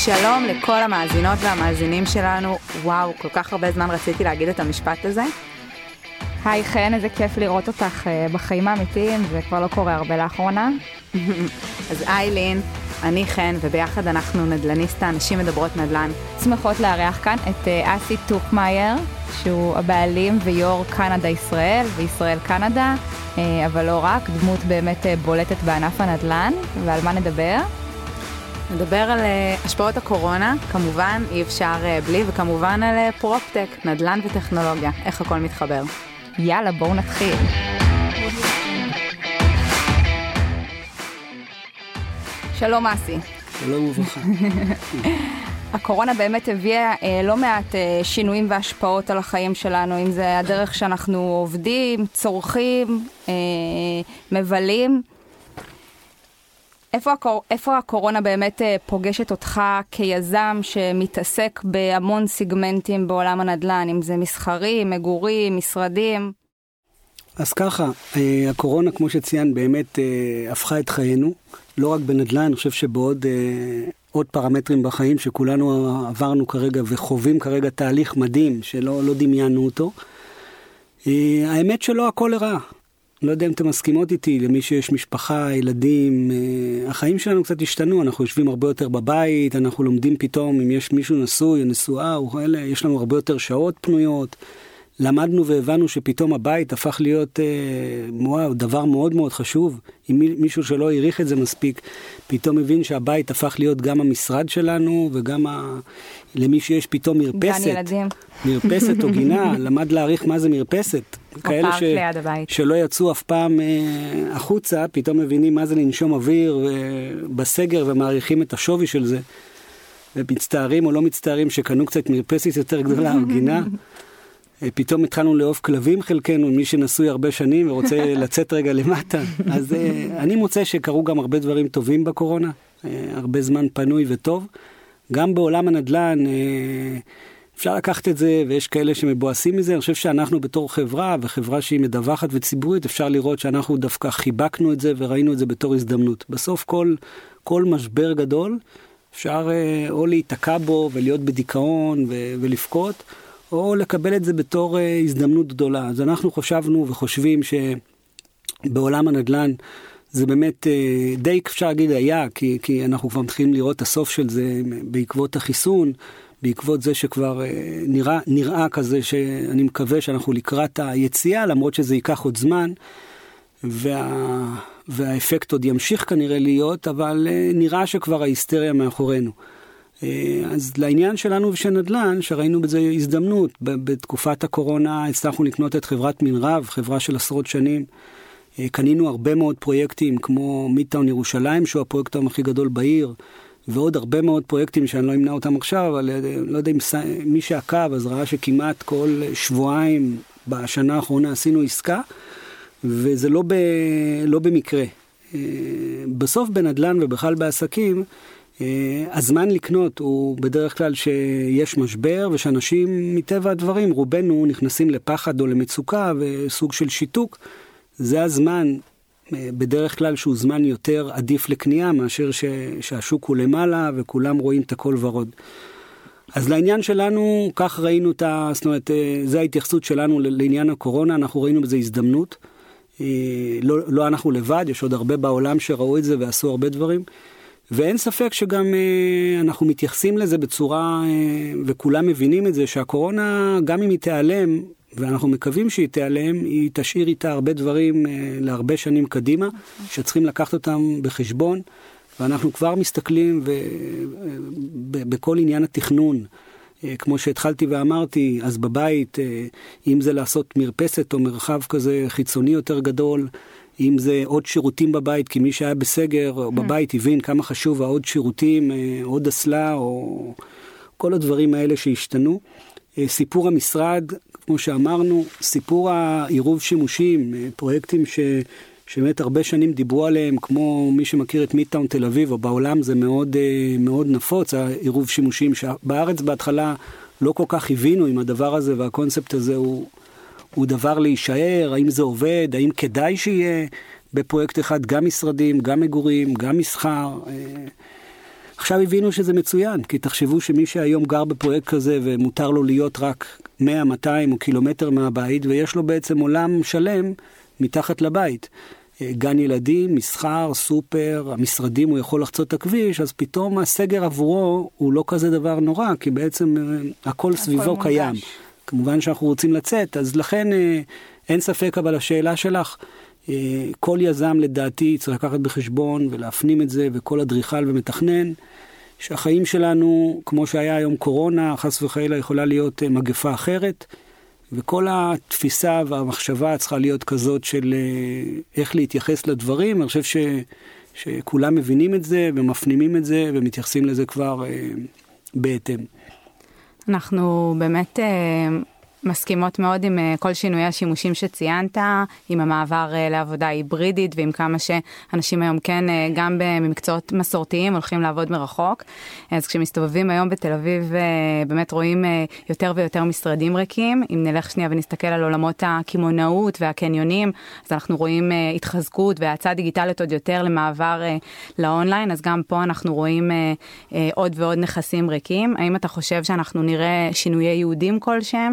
שלום לכל המאזינות והמאזינים שלנו. וואו, כל כך הרבה זמן רציתי להגיד את המשפט הזה. היי חן, איזה כיף לראות אותך בחיים האמיתיים, זה כבר לא קורה הרבה לאחרונה. אז איילין, אני חן, וביחד אנחנו נדלניסטה, אנשים מדברות נדל"ן. שמחות לארח כאן את אסי טוקמאייר, שהוא הבעלים ויו"ר קנדה ישראל וישראל קנדה, אבל לא רק, דמות באמת בולטת בענף הנדל"ן. ועל מה נדבר? נדבר על השפעות הקורונה, כמובן, אי אפשר בלי, וכמובן על פרופטק, נדל"ן וטכנולוגיה, איך הכל מתחבר. יאללה, בואו נתחיל. שלום אסי. שלום וברכה. הקורונה באמת הביאה לא מעט שינויים והשפעות על החיים שלנו, אם זה הדרך שאנחנו עובדים, צורכים, מבלים. איפה הקורונה באמת פוגשת אותך כיזם שמתעסק בהמון סיגמנטים בעולם הנדל"ן, אם זה מסחרי, מגורים, משרדים? אז ככה, הקורונה, כמו שציין, באמת הפכה את חיינו, לא רק בנדל"ן, אני חושב שבעוד עוד פרמטרים בחיים שכולנו עברנו כרגע וחווים כרגע תהליך מדהים שלא דמיינו אותו. האמת שלא הכל הרע. לא יודע אם אתם מסכימות איתי, למי שיש משפחה, ילדים, החיים שלנו קצת השתנו, אנחנו יושבים הרבה יותר בבית, אנחנו לומדים פתאום אם יש מישהו נשוי או נשואה, או אלה, יש לנו הרבה יותר שעות פנויות, למדנו והבנו שפתאום הבית הפך להיות דבר מאוד מאוד חשוב, אם מישהו שלא העריך את זה מספיק, פתאום מבין שהבית הפך להיות גם המשרד שלנו, וגם למי שיש פתאום מרפסת, מרפסת או גינה, למד להעריך מה זה מרפסת. כאלה שלא יצאו אף פעם החוצה, פתאום מבינים מה זה לנשום אוויר בסגר ומעריכים את השווי של זה. ומצטערים או לא מצטערים שקנו קצת מרפסת יותר גדולה או גינה. פתאום התחלנו לאהוב כלבים חלקנו, מי שנשוי הרבה שנים ורוצה לצאת רגע למטה. אז אני מוצא שקרו גם הרבה דברים טובים בקורונה, הרבה זמן פנוי וטוב. גם בעולם הנדל"ן אפשר לקחת את זה, ויש כאלה שמבואסים מזה. אני חושב שאנחנו בתור חברה, וחברה שהיא מדווחת וציבורית, אפשר לראות שאנחנו דווקא חיבקנו את זה וראינו את זה בתור הזדמנות. בסוף כל משבר גדול, אפשר או להיתקע בו ולהיות בדיכאון ולפקוט, או לקבל את זה בתור הזדמנות גדולה. אז אנחנו חשבנו וחושבים שבעולם הנדל"ן זה באמת די אפשר להגיד היה, כי אנחנו כבר מתחילים לראות את הסוף של זה בעקבות החיסון, בעקבות זה שכבר נראה כזה שאני מקווה שאנחנו לקראת היציאה, למרות שזה ייקח עוד זמן, והאפקט עוד ימשיך כנראה להיות, אבל נראה שכבר ההיסטריה מאחורינו. אז לעניין שלנו ושל נדל"ן, שראינו בזה הזדמנות, בתקופת הקורונה הצלחנו לקנות את חברת מנרב, חברה של עשרות שנים, קנינו הרבה מאוד פרויקטים כמו מידטאון ירושלים, שהוא הפרויקט הכי גדול בעיר, ועוד הרבה מאוד פרויקטים שאני לא אמנה אותם עכשיו, אבל לא יודע אם מי שעקב, אז ראה שכמעט כל שבועיים בשנה האחרונה עשינו עסקה, וזה לא במקרה. בסוף בנדל"ן ובכלל בעסקים, הזמן לקנות הוא בדרך כלל שיש משבר, ושאנשים מטבע הדברים, רובנו נכנסים לפחד או למצוקה וסוג של שיתוק. זה הזמן בדרך כלל שהוא זמן יותר עדיף לקנייה, מאשר שהשוק הוא למעלה וכולם רואים את הכל ורוד. אז לעניין שלנו, כך ראינו זאת אומרת, זה ההתייחסות שלנו לעניין הקורונה, אנחנו ראינו בזה הזדמנות. לא אנחנו לבד, יש עוד הרבה בעולם שראו את זה ועשו הרבה דברים. ואין ספק שגם אנחנו מתייחסים לזה בצורה, וכולם מבינים את זה, שהקורונה, גם אם היא תיעלם, ואנחנו מקווים שהיא תיעלם, היא תשאיר איתה הרבה דברים להרבה שנים קדימה, שצריכים לקחת אותם בחשבון, ואנחנו כבר מסתכלים בכל עניין התכנון, כמו שהתחלתי ואמרתי, אז בבית, אם זה לעשות מרפסת או מרחב כזה חיצוני יותר גדול, אם זה עוד שירותים בבית, כי מי שהיה בסגר או בבית הבין כמה חשוב העוד שירותים, עוד אסלה או כל הדברים האלה שהשתנו. סיפור המשרד, כמו שאמרנו, סיפור העירוב שימושים, פרויקטים שבאמת הרבה שנים דיברו עליהם, כמו מי שמכיר את מידטאון תל אביב, או בעולם זה מאוד, מאוד נפוץ, העירוב שימושים, שבארץ בהתחלה לא כל כך הבינו עם הדבר הזה, והקונספט הזה הוא דבר להישאר, האם זה עובד, האם כדאי שיהיה בפרויקט אחד גם משרדים, גם מגורים, גם מסחר. עכשיו הבינו שזה מצוין, כי תחשבו שמי שהיום גר בפרויקט כזה ומותר לו להיות רק 100, 200 או קילומטר מהבית, ויש לו בעצם עולם שלם מתחת לבית. גן ילדים, מסחר, סופר, המשרדים, הוא יכול לחצות את הכביש, אז פתאום הסגר עבורו הוא לא כזה דבר נורא, כי בעצם הכל סביבו קיים. כמובן שאנחנו רוצים לצאת, אז לכן אין ספק, אבל השאלה שלך, כל יזם לדעתי צריך לקחת בחשבון ולהפנים את זה, וכל אדריכל ומתכנן, שהחיים שלנו, כמו שהיה היום קורונה, חס וחלילה יכולה להיות מגפה אחרת, וכל התפיסה והמחשבה צריכה להיות כזאת של איך להתייחס לדברים. אני חושב שכולם מבינים את זה ומפנימים את זה ומתייחסים לזה כבר בהתאם. אנחנו באמת מסכימות מאוד עם כל שינויי השימושים שציינת, עם המעבר לעבודה היברידית, ועם כמה שאנשים היום כן, גם במקצועות מסורתיים, הולכים לעבוד מרחוק. אז כשמסתובבים היום בתל אביב, באמת רואים יותר ויותר משרדים ריקים. אם נלך שנייה ונסתכל על עולמות הקמעונאות והקניונים, אז אנחנו רואים התחזקות והאצה דיגיטלית עוד יותר למעבר לאונליין, אז גם פה אנחנו רואים עוד ועוד נכסים ריקים. האם אתה חושב שאנחנו נראה שינויי יהודים כלשהם?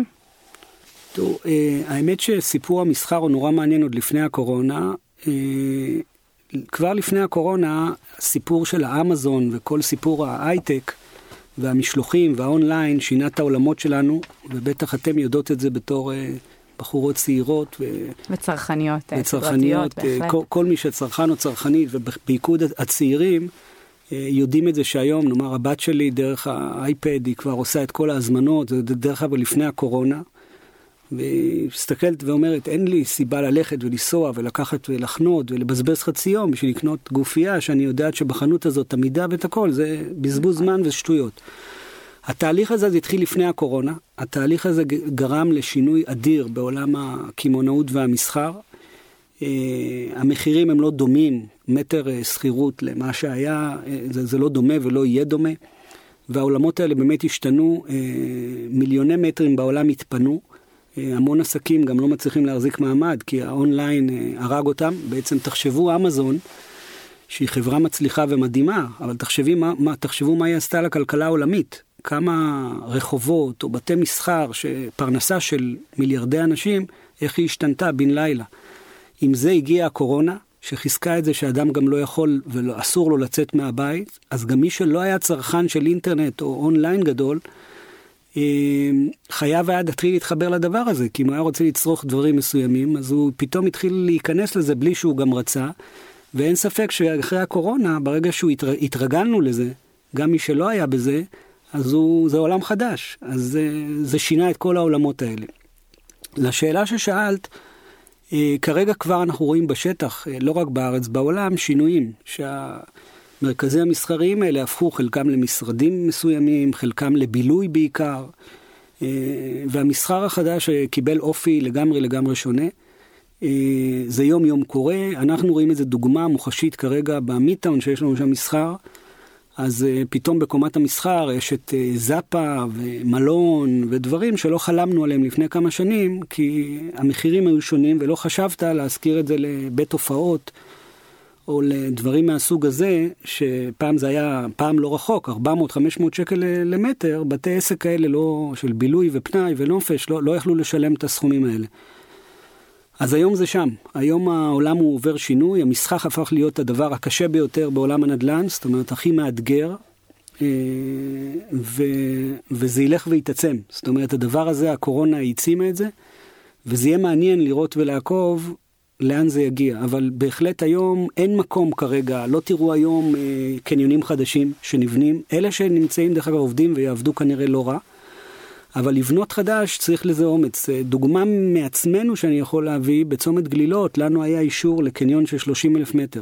האמת שסיפור המסחר הוא נורא מעניין עוד לפני הקורונה. כבר לפני הקורונה, סיפור של האמזון וכל סיפור ההייטק והמשלוחים והאונליין שינה את העולמות שלנו, ובטח אתם יודעות את זה בתור בחורות צעירות וצרכניות, כל מי שצרכן או צרכנית, ובעיקוד הצעירים, יודעים את זה שהיום, נאמר, הבת שלי דרך האייפד היא כבר עושה את כל ההזמנות, זה דרך אבל לפני הקורונה, ומסתכלת ואומרת, אין לי סיבה ללכת ולנסוע ולקחת ולחנות ולבזבז חצי יום בשביל לקנות גופייה שאני יודעת שבחנות הזאת המידה ואת הכל, זה בזבוז זמן ושטויות. התהליך הזה התחיל לפני הקורונה, התהליך הזה גרם לשינוי אדיר בעולם הקמעונאות והמסחר. המחירים הם לא דומים, מטר שכירות למה שהיה, זה לא דומה ולא יהיה דומה, והעולמות האלה באמת השתנו, מיליוני מטרים בעולם התפנו, המון עסקים גם לא מצליחים להחזיק מעמד, כי האונליין הרג אותם. בעצם תחשבו אמזון, שהיא חברה מצליחה ומדהימה, אבל תחשבו מה היא עשתה לכלכלה העולמית. כמה רחובות או בתי מסחר, שפרנסה של מיליארדי אנשים, איך היא השתנתה בן לילה. אם זה הגיע הקורונה, שחיזקה את זה שאדם גם לא יכול ואסור לו לצאת מהבית, אז גם מי שלא היה צרכן של אינטרנט או אונליין גדול, חייב היה להתחיל להתחבר לדבר הזה, כי אם הוא היה רוצה לצרוך דברים מסוימים, אז הוא פתאום התחיל להיכנס לזה בלי שהוא גם רצה, ואין ספק שאחרי הקורונה, ברגע שהוא התרגלנו לזה, גם מי שלא היה בזה, אז זה עולם חדש, אז זה שינה את כל העולמות האלה. לשאלה ששאלת, כרגע כבר אנחנו רואים בשטח, לא רק בארץ, בעולם, שינויים, מרכזי המסחריים האלה הפכו חלקם למשרדים מסוימים, חלקם לבילוי בעיקר, והמסחר החדש קיבל אופי לגמרי שונה. זה יום יום קורה, אנחנו רואים איזה דוגמה מוחשית כרגע במיטאון שיש לנו שם מסחר, אז פתאום בקומת המסחר יש את זאפה ומלון ודברים שלא חלמנו עליהם לפני כמה שנים, כי המחירים היו שונים ולא חשבת להזכיר את זה לבית הופעות, או לדברים מהסוג הזה, שפעם זה היה, פעם לא רחוק, 400-500 שקל למטר, בתי עסק כאלה לא, של בילוי ופנאי ונופש, לא יכלו לשלם את הסכומים האלה. אז היום זה שם. היום העולם הוא עובר שינוי, המשחק הפך להיות הדבר הקשה ביותר בעולם הנדל"ן, זאת אומרת, הכי מאתגר, וזה ילך ויתעצם. זאת אומרת, הדבר הזה, הקורונה העצימה את זה, וזה יהיה מעניין לראות ולעקוב, לאן זה יגיע, אבל בהחלט היום אין מקום כרגע, לא תראו היום קניונים חדשים שנבנים, אלה שנמצאים דרך אגב עובדים ויעבדו כנראה לא רע, אבל לבנות חדש צריך לזה אומץ. דוגמה מעצמנו שאני יכול להביא, בצומת גלילות, לנו היה אישור לקניון של 30,000 מטר,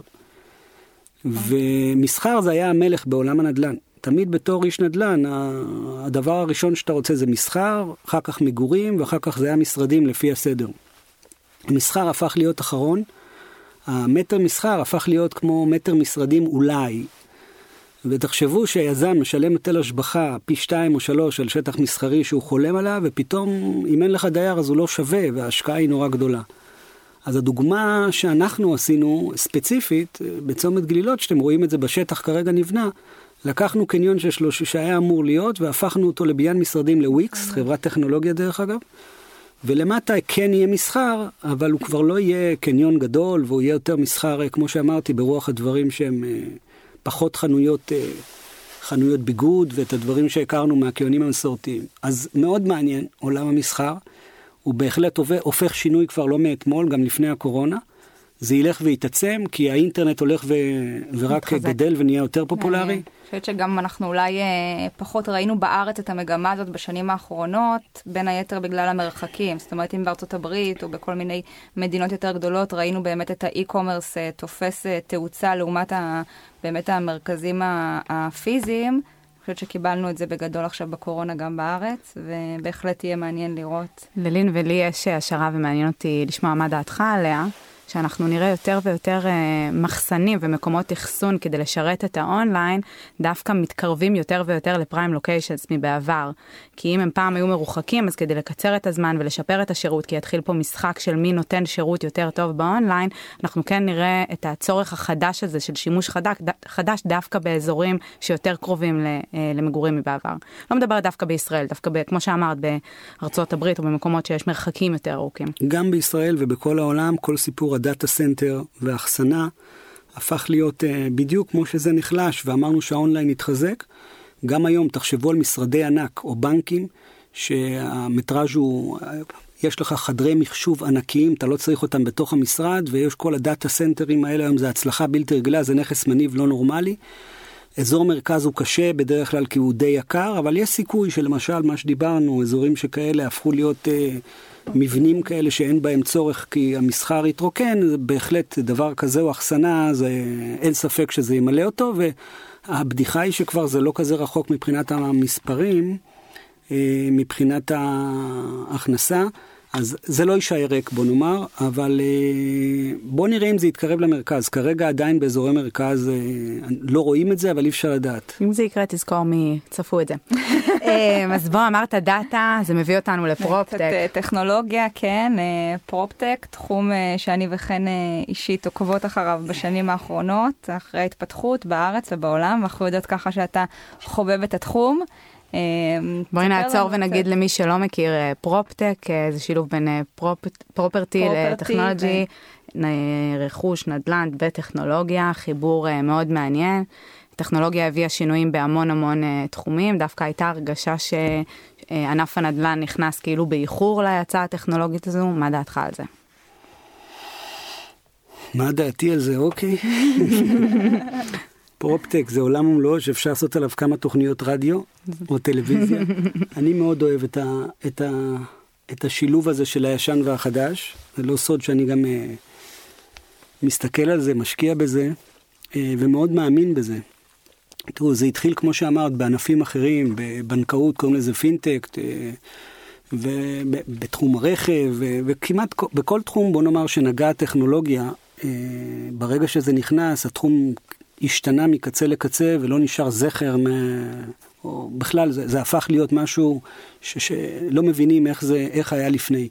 ומסחר זה היה המלך בעולם הנדל"ן. תמיד בתור איש נדל"ן, הדבר הראשון שאתה רוצה זה מסחר, אחר כך מגורים, ואחר כך זה היה משרדים לפי הסדר. המסחר הפך להיות אחרון, המטר מסחר הפך להיות כמו מטר משרדים אולי, ותחשבו שהיזם משלם היטל השבחה פי 2 או 3 על שטח מסחרי שהוא חולם עליו, ופתאום אם אין לך דייר אז הוא לא שווה, וההשקעה היא נורא גדולה. אז הדוגמה שאנחנו עשינו ספציפית, בצומת גלילות, שאתם רואים את זה בשטח כרגע נבנה, לקחנו קניון שהיה אמור להיות, והפכנו אותו לבניין משרדים לוויקס, חברת טכנולוגיה דרך אגב, ולמטה כן יהיה מסחר, אבל הוא כבר לא יהיה קניון גדול, והוא יהיה יותר מסחר, כמו שאמרתי, ברוח הדברים שהם פחות חנויות ביגוד, ואת הדברים שהכרנו מהקניונים המסורתיים. אז מאוד מעניין, עולם המסחר, הוא בהחלט הופך שינוי כבר לא מאתמול, גם לפני הקורונה. זה ילך ויתעצם, כי האינטרנט הולך ורק גדל ונהיה יותר פופולרי. אני חושבת שגם אנחנו אולי פחות ראינו בארץ את המגמה הזאת בשנים האחרונות, בין היתר בגלל המרחקים. זאת אומרת, אם בארצות הברית או בכל מיני מדינות יותר גדולות, ראינו באמת את האי-קומרס תופס תאוצה לעומת באמת המרכזים הפיזיים. אני חושבת שקיבלנו את זה בגדול עכשיו בקורונה גם בארץ, ובהחלט יהיה מעניין לראות. ללין ולי יש השערה ומעניין אותי לשמוע מה דעתך עליה. שאנחנו נראה יותר ויותר מחסנים ומקומות אחסון כדי לשרת את האונליין, דווקא מתקרבים יותר ויותר לפריים לוקיישנס מבעבר. כי אם הם פעם היו מרוחקים, אז כדי לקצר את הזמן ולשפר את השירות, כי יתחיל פה משחק של מי נותן שירות יותר טוב באונליין, אנחנו כן נראה את הצורך החדש הזה של שימוש חדש דווקא באזורים שיותר קרובים למגורים מבעבר. לא מדבר דווקא בישראל, דווקא כמו שאמרת, בארצות הברית או במקומות שיש מרחקים יותר ארוכים. גם בישראל ובכל העולם, כל סיפור הדאטה סנטר והאחסנה הפך להיות בדיוק כמו שזה נחלש, ואמרנו שהאונליין יתחזק. גם היום תחשבו על משרדי ענק או בנקים, שהמטראז' הוא, יש לך חדרי מחשוב ענקיים, אתה לא צריך אותם בתוך המשרד, ויש כל הדאטה סנטרים האלה, היום זה הצלחה בלתי רגילה, זה נכס מניב לא נורמלי. אזור מרכז הוא קשה בדרך כלל כי הוא די יקר, אבל יש סיכוי שלמשל מה שדיברנו, אזורים שכאלה הפכו להיות מבנים כאלה שאין בהם צורך כי המסחר יתרוקן, זה בהחלט דבר כזה או אחסנה, אין ספק שזה ימלא אותו, והבדיחה היא שכבר זה לא כזה רחוק מבחינת המספרים, מבחינת ההכנסה, אז זה לא יישאר ריק, בוא נאמר, אבל בוא נראה אם זה יתקרב למרכז. כרגע עדיין באזורי מרכז לא רואים את זה, אבל אי אפשר לדעת. אם זה יקרה, תזכור מי צפו את זה. אז בוא, אמרת דאטה, זה מביא אותנו לפרופטק. טכנולוגיה, כן, פרופטק, תחום שאני וכן אישית עוקבות אחריו בשנים האחרונות, אחרי ההתפתחות בארץ ובעולם, ואנחנו יודעות ככה שאתה חובב את התחום. בואי נעצור ונגיד למי שלא מכיר, פרופטק, זה שילוב בין פרופרטי לטכנולוגי, רכוש, נדל"ן וטכנולוגיה, חיבור מאוד מעניין. טכנולוגיה הביאה שינויים בהמון המון תחומים, דווקא הייתה הרגשה שענף הנדל"ן נכנס כאילו באיחור להצעה הטכנולוגית הזו. מה דעתך על זה? מה דעתי על זה? אוקיי. פרופטק זה עולם ומלואו שאפשר לעשות עליו כמה תוכניות רדיו או טלוויזיה. אני מאוד אוהב את השילוב הזה של הישן והחדש. זה לא סוד שאני גם מסתכל על זה, משקיע בזה, ומאוד מאמין בזה. תראו, זה התחיל כמו שאמרת בענפים אחרים, בבנקאות קוראים לזה פינטק, ובתחום הרכב, וכמעט בכל תחום בוא נאמר שנגע הטכנולוגיה, ברגע שזה נכנס, התחום השתנה מקצה לקצה ולא נשאר זכר, או בכלל זה הפך להיות משהו שלא מבינים איך היה לפני.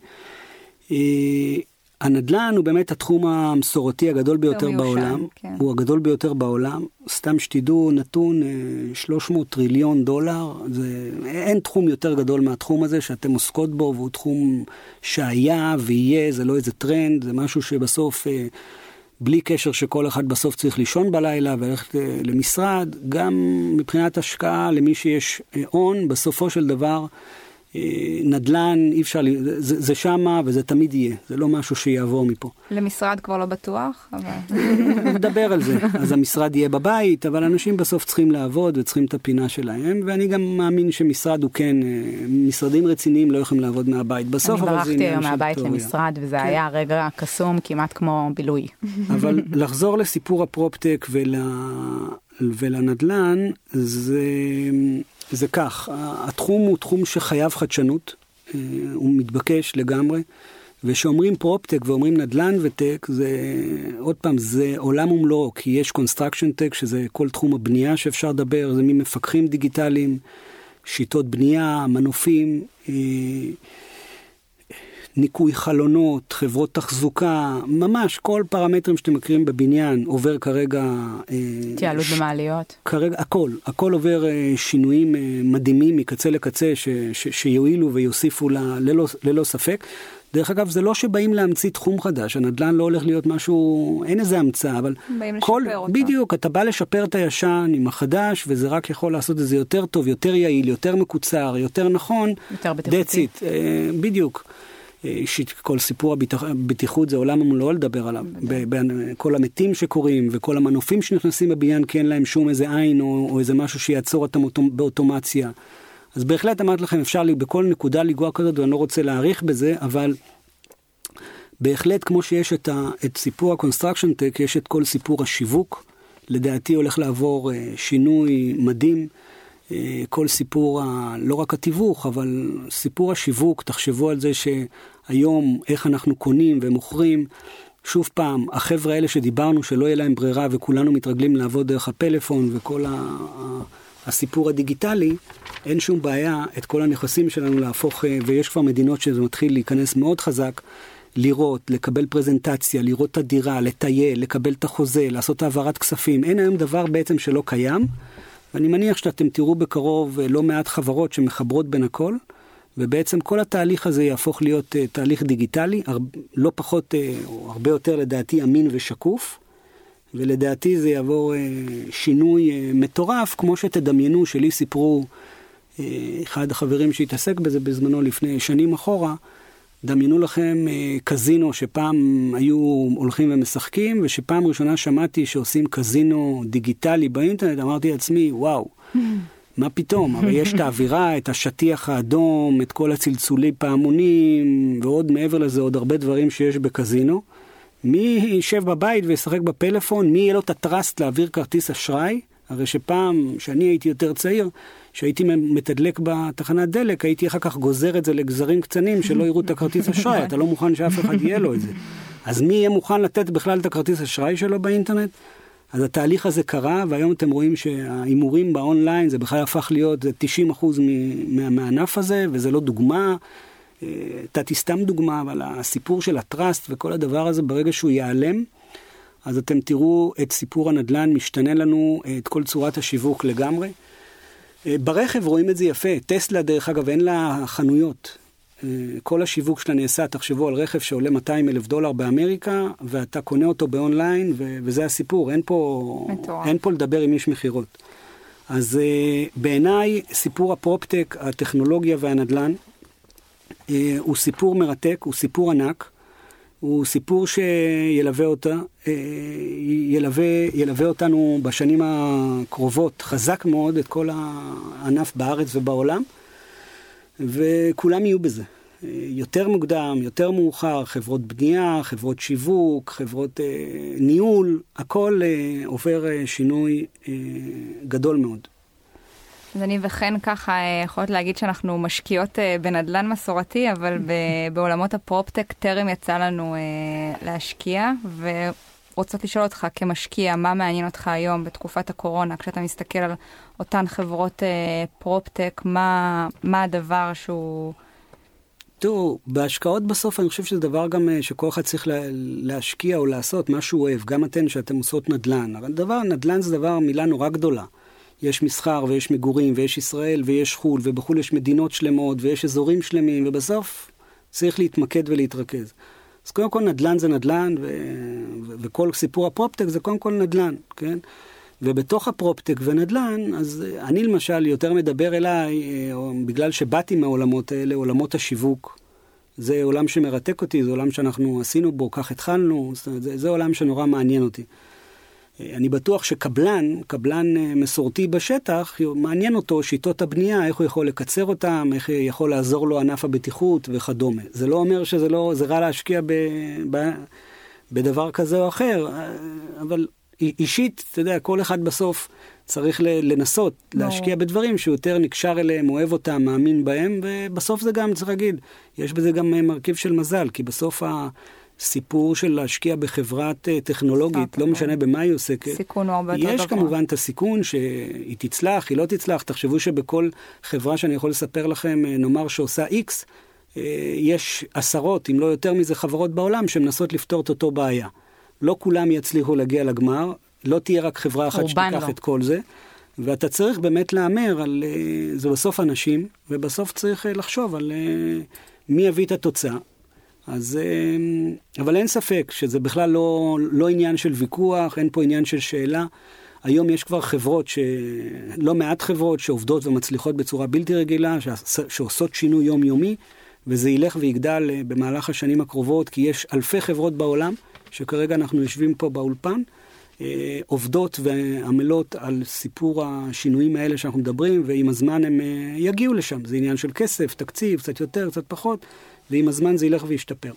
הנדל"ן הוא באמת התחום המסורתי הגדול ביותר בעולם, כן. הוא הגדול ביותר בעולם, סתם שתדעו נתון 300 טריליון דולר, אין תחום יותר גדול מהתחום הזה שאתם עוסקות בו, והוא תחום שהיה ויהיה, זה לא איזה טרנד, זה משהו שבסוף בלי קשר שכל אחד בסוף צריך לישון בלילה וללכת למשרד, גם מבחינת השקעה למי שיש הון, בסופו של דבר נדל"ן אי אפשר, זה שמה וזה תמיד יהיה, זה לא משהו שיעבור מפה. למשרד כבר לא בטוח, אבל... נדבר על זה, אז המשרד יהיה בבית, אבל אנשים בסוף צריכים לעבוד וצריכים את הפינה שלהם, ואני גם מאמין שמשרד הוא כן, משרדים רציניים לא יכולים לעבוד מהבית, בסוף אבל זה עניין של תיאוריה. אני ברחתי מהבית למשרד וזה היה רגע קסום כמעט כמו בילוי. אבל לחזור לסיפור הפרופטק ולנדל"ן, זה כך, התחום הוא תחום שחייב חדשנות, הוא מתבקש לגמרי, ושאומרים פרופטק ואומרים נדל"ן וטק, זה עוד פעם, זה עולם ומלואו, כי יש קונסטרקשן טק, שזה כל תחום הבנייה שאפשר לדבר, זה ממפקחים דיגיטליים, שיטות בנייה, מנופים, ניקוי חלונות, חברות תחזוקה, ממש כל פרמטרים שאתם מכירים בבניין עובר כרגע... תיעלות במעליות. כרגע הכל עובר שינויים מדהימים מקצה לקצה שיועילו ויוסיפו ללא ספק. דרך אגב, זה לא שבאים להמציא תחום חדש, הנדל"ן לא הולך להיות משהו, אין איזה המצאה, אבל בדיוק, אתה בא לשפר את הישן עם החדש, וזה רק יכול לעשות את זה יותר טוב, יותר יעיל, יותר מקוצר, יותר נכון. יותר בטיחותי. בדיוק. כל סיפור הבטיחות זה עולם המולו לדבר עליו. כל המתים שקורים, וכל המנופים שנכנסים בבניין, כי אין להם שום איזה עין, או איזה משהו שיעצור אותם באוטומציה. אז בהחלט אמרתי לכם, אפשר לי בכל נקודה לגוע כזאת, ואני לא רוצה להאריך בזה, אבל בהחלט כמו שיש את סיפור הקונסטרקשן טק, יש את כל סיפור השיווק, לדעתי הולך לעבור שינוי מדהים, כל סיפור, לא רק התיווך, אבל סיפור השיווק, תחשבו על זה שהיום איך אנחנו קונים ומוכרים, שוב פעם, החבר'ה האלה שדיברנו שלא יהיה להם ברירה, וכולנו מתרגלים לעבוד דרך הפלאפון וכל הסיפור הדיגיטלי, אין שום בעיה את כל הנכסים שלנו להפוך, ויש כבר מדינות שזה מתחיל להיכנס מאוד חזק, לראות, לקבל פרזנטציה, לראות את הדירה, לטייל, לקבל את החוזה, לעשות העברת כספים. אין היום דבר בעצם שלא קיים, ואני מניח שאתם תראו בקרוב לא מעט חברות שמחברות בין הכל, ובעצם כל התהליך הזה יהפוך להיות תהליך דיגיטלי, לא פחות, או הרבה יותר לדעתי אמין ושקוף, ולדעתי זה יעבור שינוי מטורף, כמו שתדמיינו, שלי סיפרו אחד החברים שהתעסק בזה בזמנו לפני שנים אחורה, דמיינו לכם קזינו שפעם היו הולכים ומשחקים, ושפעם ראשונה שמעתי שעושים קזינו דיגיטלי באינטרנט, אמרתי לעצמי, וואו, מה פתאום? הרי יש את האווירה, את השטיח האדום, את כל הצלצולי פעמונים, ועוד מעבר לזה עוד הרבה דברים שיש בקזינו. מי יישב בבית וישחק בפלאפון? מי יהיה לו את הטרסט להעביר כרטיס אשראי? הרי שפעם, שאני הייתי יותר צעיר, שהייתי מתדלק בתחנת דלק, הייתי אחר כך גוזר את זה לגזרים קצנים שלא יראו את הכרטיס אשראי, אתה לא מוכן שאף אחד יהיה לו את זה. אז מי יהיה מוכן לתת בכלל את הכרטיס אשראי שלו באינטרנט? אז התהליך הזה קרה, והיום אתם רואים שהאימורים באונליין, זה בכלל הפך להיות 90% מהענף הזה, וזה לא דוגמה, תתי סתם דוגמה, אבל הסיפור של הטרסט וכל הדבר הזה, ברגע שהוא ייעלם, אז אתם תראו את סיפור הנדל"ן, משתנה לנו את כל צורת השיווק לגמרי. ברכב רואים את זה יפה. טסלה דרך אגב אין לה חנויות. כל השיווק שלה נעשה, תחשבו על רכב שעולה $200,000 באמריקה, ואתה קונה אותו באונליין, וזה הסיפור. אין פה לדבר עם איש מחירות. אז בעיניי סיפור הפרופטק, הטכנולוגיה והנדל"ן, הוא סיפור מרתק, הוא סיפור ענק, הוא סיפור שילווה אותנו בשנים הקרובות חזק מאוד את כל הענף בארץ ובעולם, וכולם יהיו בזה. יותר מוקדם, יותר מאוחר, חברות בנייה, חברות שיווק, חברות ניהול, הכל עובר שינוי גדול מאוד. אז אני וכן ככה יכולת להגיד שאנחנו משקיעות בנדלן מסורתי, אבל בעולמות הפרופטק טרם יצא לנו להשקיע, ורוצות לשאול אותך כמשקיע, מה מעניין אותך היום בתקופת הקורונה, כשאתה מסתכל על אותן חברות פרופטק, מה הדבר שהוא... תראו, בהשקעות בסוף אני חושב שזה דבר גם שכל אחד צריך להשקיע או לעשות מה שהוא אוהב, גם אתן שאתם עושות נדלן, אבל נדלן זה דבר, מילה נורא גדולה. יש מסחר ויש מגורים ויש ישראל ויש חול, ובחול יש מדינות שלמות ויש אזורים שלמים, ובסוף צריך להתמקד ולהתרכז. אז קודם כל נדל"ן זה נדל"ן, וכל סיפור הפרופטק זה קודם כל נדל"ן, כן? ובתוך הפרופטק ונדל"ן, אז אני למשל יותר מדבר אליי, בגלל שבאתי מהעולמות האלה, עולמות השיווק. זה עולם שמרתק אותי, זה עולם שאנחנו עשינו בו, כך התחלנו, זה עולם שנורא מעניין אותי. אני בטוח שקבלן מסורתי בשטח, מעניין אותו שיטות הבנייה, איך הוא יכול לקצר אותם, איך יכול לעזור לו ענף הבטיחות וכדומה. זה לא אומר זה רע להשקיע בדבר כזה או אחר, אבל אישית, אתה יודע, כל אחד בסוף צריך לנסות להשקיע בדברים שהוא יותר נקשר אליהם, אוהב אותם, מאמין בהם, ובסוף זה גם, צריך להגיד, יש בזה גם מרכיב של מזל, כי בסוף סיפור של להשקיע בחברת טכנולוגית, לא משנה במה היא עוסקת. סיכון הוא הרבה יותר גבוה. יש כמובן את הסיכון שהיא תצלח, היא לא תצלח. תחשבו שבכל חברה שאני יכול לספר לכם, נאמר שעושה X, יש עשרות, אם לא יותר מזה, חברות בעולם שמנסות לפתור את אותו בעיה. לא כולם יצליחו להגיע לגמר, לא תהיה רק חברה אחת שתיקח את כל זה, ואתה צריך באמת לאמר על, זה בסוף אנשים, ובסוף צריך לחשוב על מי יביא את התוצאה. אז, אבל אין ספק שזה בכלל לא עניין של ויכוח, אין פה עניין של שאלה. היום יש כבר חברות, לא מעט חברות שעובדות ומצליחות בצורה בלתי רגילה, שעושות שינוי יומיומי, וזה ילך ויגדל במהלך השנים הקרובות, כי יש אלפי חברות בעולם, שכרגע אנחנו יושבים פה באולפן, עובדות ועמלות על סיפור השינויים האלה שאנחנו מדברים, ועם הזמן הם יגיעו לשם. זה עניין של כסף, תקציב, קצת יותר, קצת פחות, ועם הזמן זה ילך וישתפר.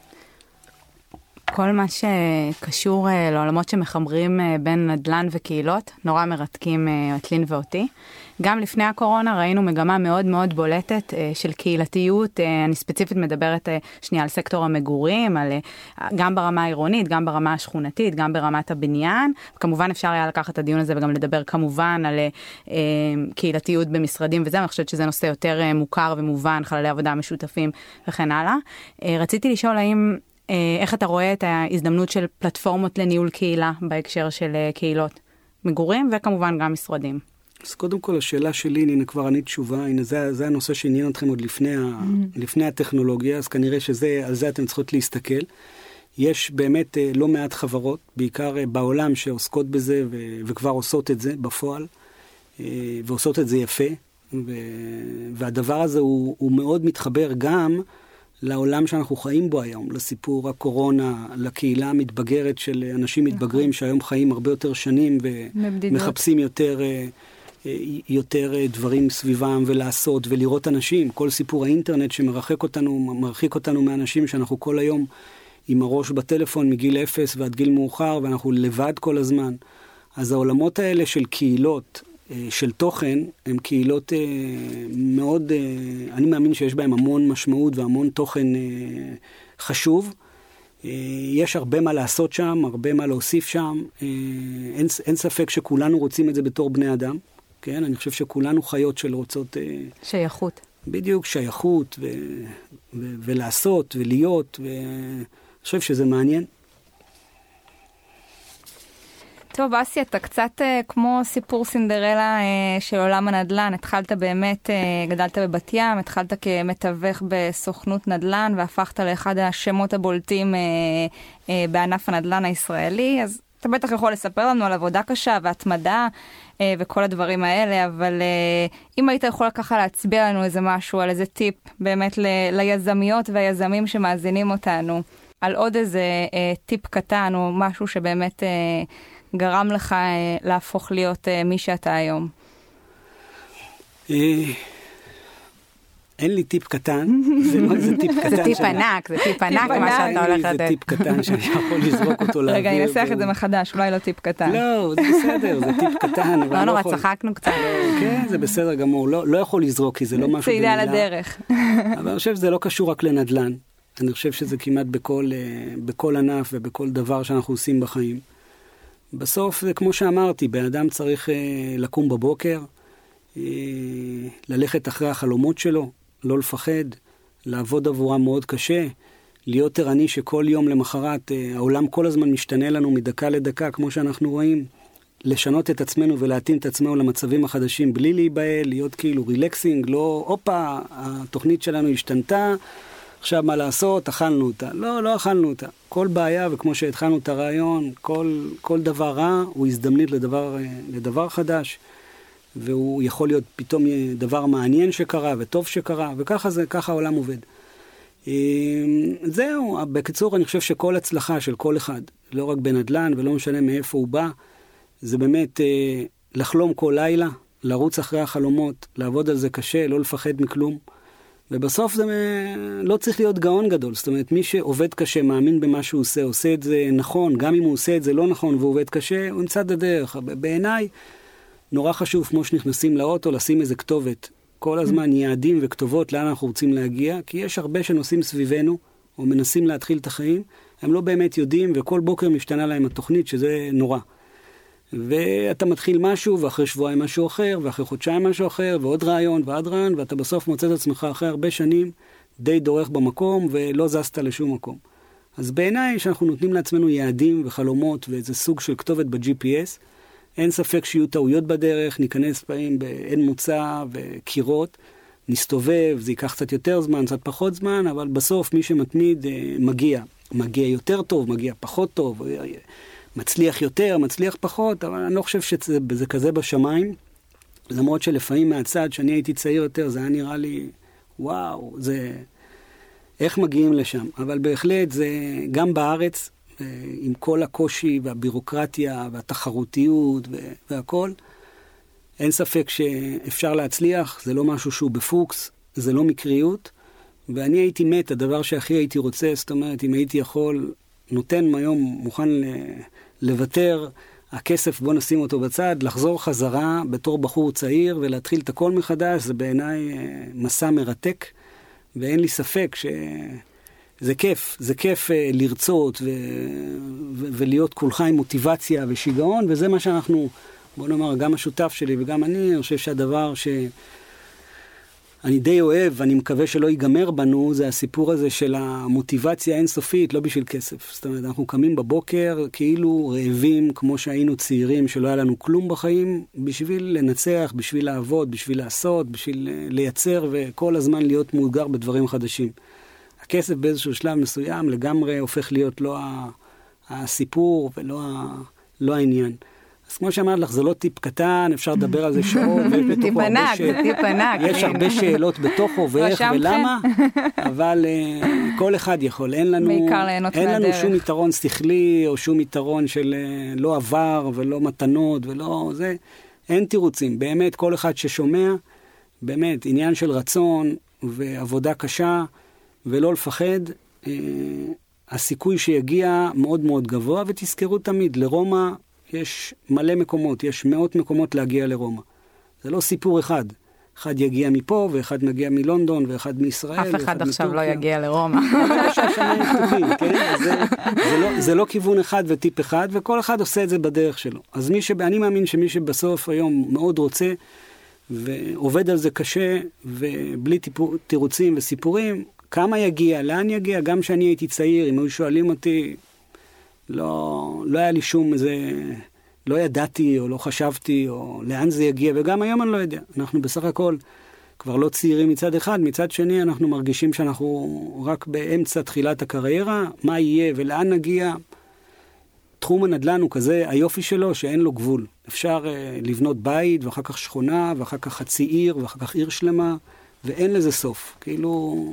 כל מה שקשור לעולמות שמחברים בין נדל"ן וקהילות, נורא מרתקים את לין ואותי. גם לפני הקורונה ראינו מגמה מאוד מאוד בולטת של קהילתיות, אני ספציפית מדברת שנייה על סקטור המגורים, גם ברמה העירונית, גם ברמה השכונתית, גם ברמת הבניין. כמובן אפשר היה לקחת את הדיון הזה וגם לדבר כמובן על קהילתיות במשרדים וזה, אני חושבת שזה נושא יותר מוכר ומובן, חללי עבודה משותפים וכן הלאה. רציתי לשאול איך אתה רואה את ההזדמנות של פלטפורמות לניהול קהילה בהקשר של קהילות מגורים וכמובן גם משרדים? אז קודם כל השאלה שלי, הנה כבר ענית תשובה, הנה זה הנושא שעניין אתכם עוד לפני הטכנולוגיה, אז כנראה שעל זה אתם צריכות להסתכל. יש באמת לא מעט חברות, בעיקר בעולם שעוסקות בזה וכבר עושות את זה בפועל, ועושות את זה יפה, והדבר הזה הוא מאוד מתחבר גם לעולם שאנחנו חיים בו היום, לסיפור הקורונה, לקהילה המתבגרת של אנשים מתבגרים שהיום חיים הרבה יותר שנים ומחפשים יותר דברים סביבם ולעשות ולראות אנשים. כל סיפור האינטרנט שמרחיק אותנו מאנשים שאנחנו כל היום עם הראש בטלפון מגיל 0 ועד גיל מאוחר ואנחנו לבד כל הזמן. אז העולמות האלה של קהילות, של תוכן, הם קהילות מאוד, אני מאמין שיש בהם המון משמעות והמון תוכן חשוב. יש הרבה מה לעשות שם, הרבה מה להוסיף שם. אין ספק שכולנו רוצים את זה בתור בני אדם. כן? אני חושב שכולנו חיות של רוצות שייכות. בדיוק, שייכות ולעשות ולהיות, ואני חושב שזה מעניין. טוב, אסי, אתה קצת כמו סיפור סינדרלה של עולם הנדל"ן. התחלת באמת, גדלת בבת ים, התחלת כמתווך בסוכנות נדל"ן, והפכת לאחד השמות הבולטים בענף הנדל"ן הישראלי. אז אתה בטח יכול לספר לנו על עבודה קשה והתמדה וכל הדברים האלה, אבל אם היית יכול ככה להצביע לנו איזה משהו, על איזה טיפ באמת ליזמיות והיזמים שמאזינים אותנו, על עוד איזה טיפ קטן או משהו שבאמת גרם לך להפוך להיות מי שאתה היום. אין לי טיפ קטן, זה לא איזה טיפ קטן. זה טיפ ענק, זה טיפ ענק מה שאתה הולך לתת. זה טיפ קטן שאני יכול לזרוק אותו לאוויר. רגע, אני אנסח את זה מחדש, אולי לא טיפ קטן. לא, זה בסדר, זה טיפ קטן. לא נורא, צחקנו קצת. כן, זה בסדר גמור, לא יכול לזרוק, כי זה לא משהו במילה. צעידה לדרך. אבל אני חושב שזה לא קשור רק לנדל"ן. אני חושב שזה כמעט בכל ענף ובכל דבר שאנחנו עושים בחיים. בסוף, זה כמו שאמרתי, בן אדם צריך לקום בבוקר, ללכת אחרי החלומות שלו, לא לפחד, לעבוד עבורם מאוד קשה, להיות ערני שכל יום למחרת, העולם כל הזמן משתנה לנו מדקה לדקה, כמו שאנחנו רואים, לשנות את עצמנו ולהתאים את עצמנו למצבים החדשים, בלי להיבהל, להיות כאילו רילקסינג, לא, אופה, התוכנית שלנו השתנתה, עכשיו מה לעשות, אכלנו אותה. לא אכלנו אותה. כל בעיה, וכמו שהתחלנו את הרעיון, כל דבר רע הוא הזדמנית לדבר חדש, והוא יכול להיות פתאום דבר מעניין שקרה וטוב שקרה, וככה העולם עובד. זהו, בקיצור אני חושב שכל הצלחה של כל אחד, לא רק בנדל"ן ולא משנה מאיפה הוא בא, זה באמת לחלום כל לילה, לרוץ אחרי החלומות, לעבוד על זה קשה, לא לפחד מכלום. ובסוף זה לא צריך להיות גאון גדול, זאת אומרת, מי שעובד קשה, מאמין במה שהוא עושה את זה נכון, גם אם הוא עושה את זה לא נכון והוא עובד קשה, הוא ימצא את הדרך. בעיניי, נורא חשוב, כמו שנכנסים לאוטו, לשים איזה כתובת. כל הזמן יעדים וכתובות לאן אנחנו רוצים להגיע, כי יש הרבה שנוסעים סביבנו, או מנסים להתחיל את החיים, הם לא באמת יודעים, וכל בוקר משתנה להם התוכנית, שזה נורא. ואתה מתחיל משהו, ואחרי שבועיים משהו אחר, ואחרי חודשיים משהו אחר, ועוד רעיון ועד רעיון, ואתה בסוף מוצא את עצמך אחרי הרבה שנים, די דורך במקום ולא זזת לשום מקום. אז בעיניי שאנחנו נותנים לעצמנו יעדים וחלומות ואיזה סוג של כתובת ב-GPS, אין ספק שיהיו טעויות בדרך, ניכנס פעמים באין מוצא וקירות, נסתובב, זה ייקח קצת יותר זמן, קצת פחות זמן, אבל בסוף מי שמתמיד מגיע יותר טוב, מגיע פחות טוב, מצליח יותר, מצליח פחות, אבל אני לא חושב שזה כזה בשמיים, למרות שלפעמים מהצד שאני הייתי צעיר יותר, זה היה נראה לי, וואו, זה איך מגיעים לשם, אבל בהחלט זה גם בארץ, עם כל הקושי והבירוקרטיה והתחרותיות והכל, אין ספק שאפשר להצליח, זה לא משהו שהוא בפוקס, זה לא מקריות, ואני הייתי מת, הדבר שהכי הייתי רוצה, זאת אומרת, אם הייתי יכול, נותן היום, מוכן לוותר, הכסף בוא נשים אותו בצד, לחזור חזרה בתור בחור צעיר ולהתחיל את הכל מחדש, זה בעיניי מסע מרתק, ואין לי ספק שזה כיף, זה כיף לרצות ולהיות כולך עם מוטיבציה ושיגעון, וזה מה שאנחנו, בוא נאמר, גם השותף שלי וגם אני חושב שהדבר שאני די אוהב, ואני מקווה שלא ייגמר בנו, זה הסיפור הזה של המוטיבציה האינסופית, לא בשביל כסף. זאת אומרת, אנחנו קמים בבוקר כאילו רעבים, כמו שהיינו צעירים, שלא היה לנו כלום בחיים, בשביל לנצח, בשביל לעבוד, בשביל לעשות, בשביל לייצר, וכל הזמן להיות מאותגר בדברים חדשים. הכסף באיזשהו שלב מסוים לגמרי הופך להיות לא הסיפור ולא העניין. אז כמו שאמרת לך, זה לא טיפ קטן, אפשר לדבר על זה שעות, טיפ ענק. יש הרבה שאלות בתוכו ואיך ולמה, אבל כל אחד יכול. אין לנו שום יתרון שכלי, או שום יתרון של לא עבר ולא מתנות ולא זה. אין תירוצים. באמת, כל אחד ששומע, באמת, עניין של רצון ועבודה קשה, ולא לפחד, הסיכוי שיגיע מאוד מאוד גבוה, ותזכרו תמיד, לרומא, יש מלא מקומות, יש מאות מקומות להגיע לרומא. זה לא סיפור אחד. אחד יגיע מפה, ואחד מגיע מלונדון, ואחד מישראל. אף אחד עכשיו לא יגיע לרומא. זה לא כיוון אחד וטיפ אחד, וכל אחד עושה את זה בדרך שלו. אז אני מאמין שמי שבסוף היום מאוד רוצה, ועובד על זה קשה, ובלי תירוצים וסיפורים, כמה יגיע, לאן יגיע, גם שאני הייתי צעיר, אם היו שואלים אותי, לא היה לי שום איזה, לא ידעתי או לא חשבתי או לאן זה יגיע, וגם היום אני לא יודע. אנחנו בסך הכל כבר לא צעירים מצד אחד, מצד שני אנחנו מרגישים שאנחנו רק באמצע תחילת הקריירה, מה יהיה ולאן נגיע. תחום הנדל"ן הוא כזה, היופי שלו שאין לו גבול. אפשר לבנות בית ואחר כך שכונה ואחר כך חצי עיר ואחר כך עיר שלמה, ואין לזה סוף. כאילו,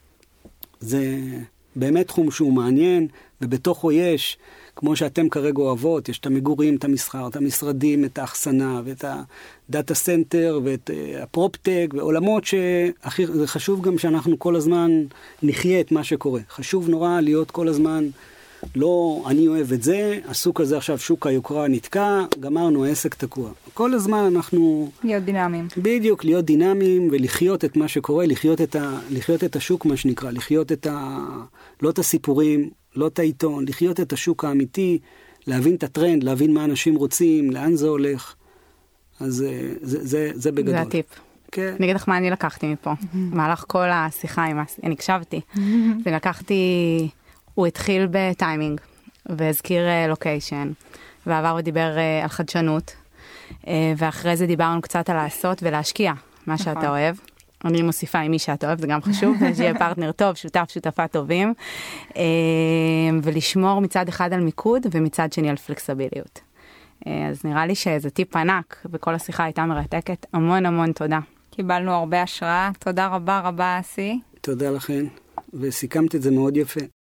זה באמת תחום שהוא מעניין, ובתוכו יש, כמו שאתם כרגע אוהבות, יש את המגורים, את המסחר, את המשרדים, את האחסנה, ואת הדאטה סנטר, ואת הפרופטק, ועולמות שהכי, זה חשוב גם שאנחנו כל הזמן נחיה את מה שקורה. חשוב נורא להיות כל הזמן, לא, אני אוהב את זה, הסוג הזה עכשיו שוק היוקרה נתקע, גמרנו, העסק תקוע. כל הזמן אנחנו... להיות דינמיים. בדיוק, להיות דינמיים ולחיות את מה שקורה, לחיות את השוק, מה שנקרא, לחיות לא את הסיפורים, לא את העיתון, לחיות את השוק האמיתי, להבין את הטרנד, להבין מה אנשים רוצים, לאן זה הולך. אז זה בגדול. זה הטיפ. כן. אני אגיד לך מה אני לקחתי מפה. מהלך כל השיחה עם אני הקשבתי. ולקחתי, הוא התחיל בטיימינג, והזכיר לוקיישן, ועבר ודיבר על חדשנות, ואחרי זה דיברנו קצת על לעשות ולהשקיע, מה שאתה אוהב. אני מוסיפה עם מי שאתה אוהב, זה גם חשוב, שיהיה פרטנר טוב, שותפה טובים, ולשמור מצד אחד על מיקוד, ומצד שני על פלקסביליות. אז נראה לי שזה טיפ ענק, וכל השיחה הייתה מרתקת. המון המון תודה. קיבלנו הרבה השראה, תודה רבה אסי. תודה לכן, וסיכמת את זה מאוד יפה.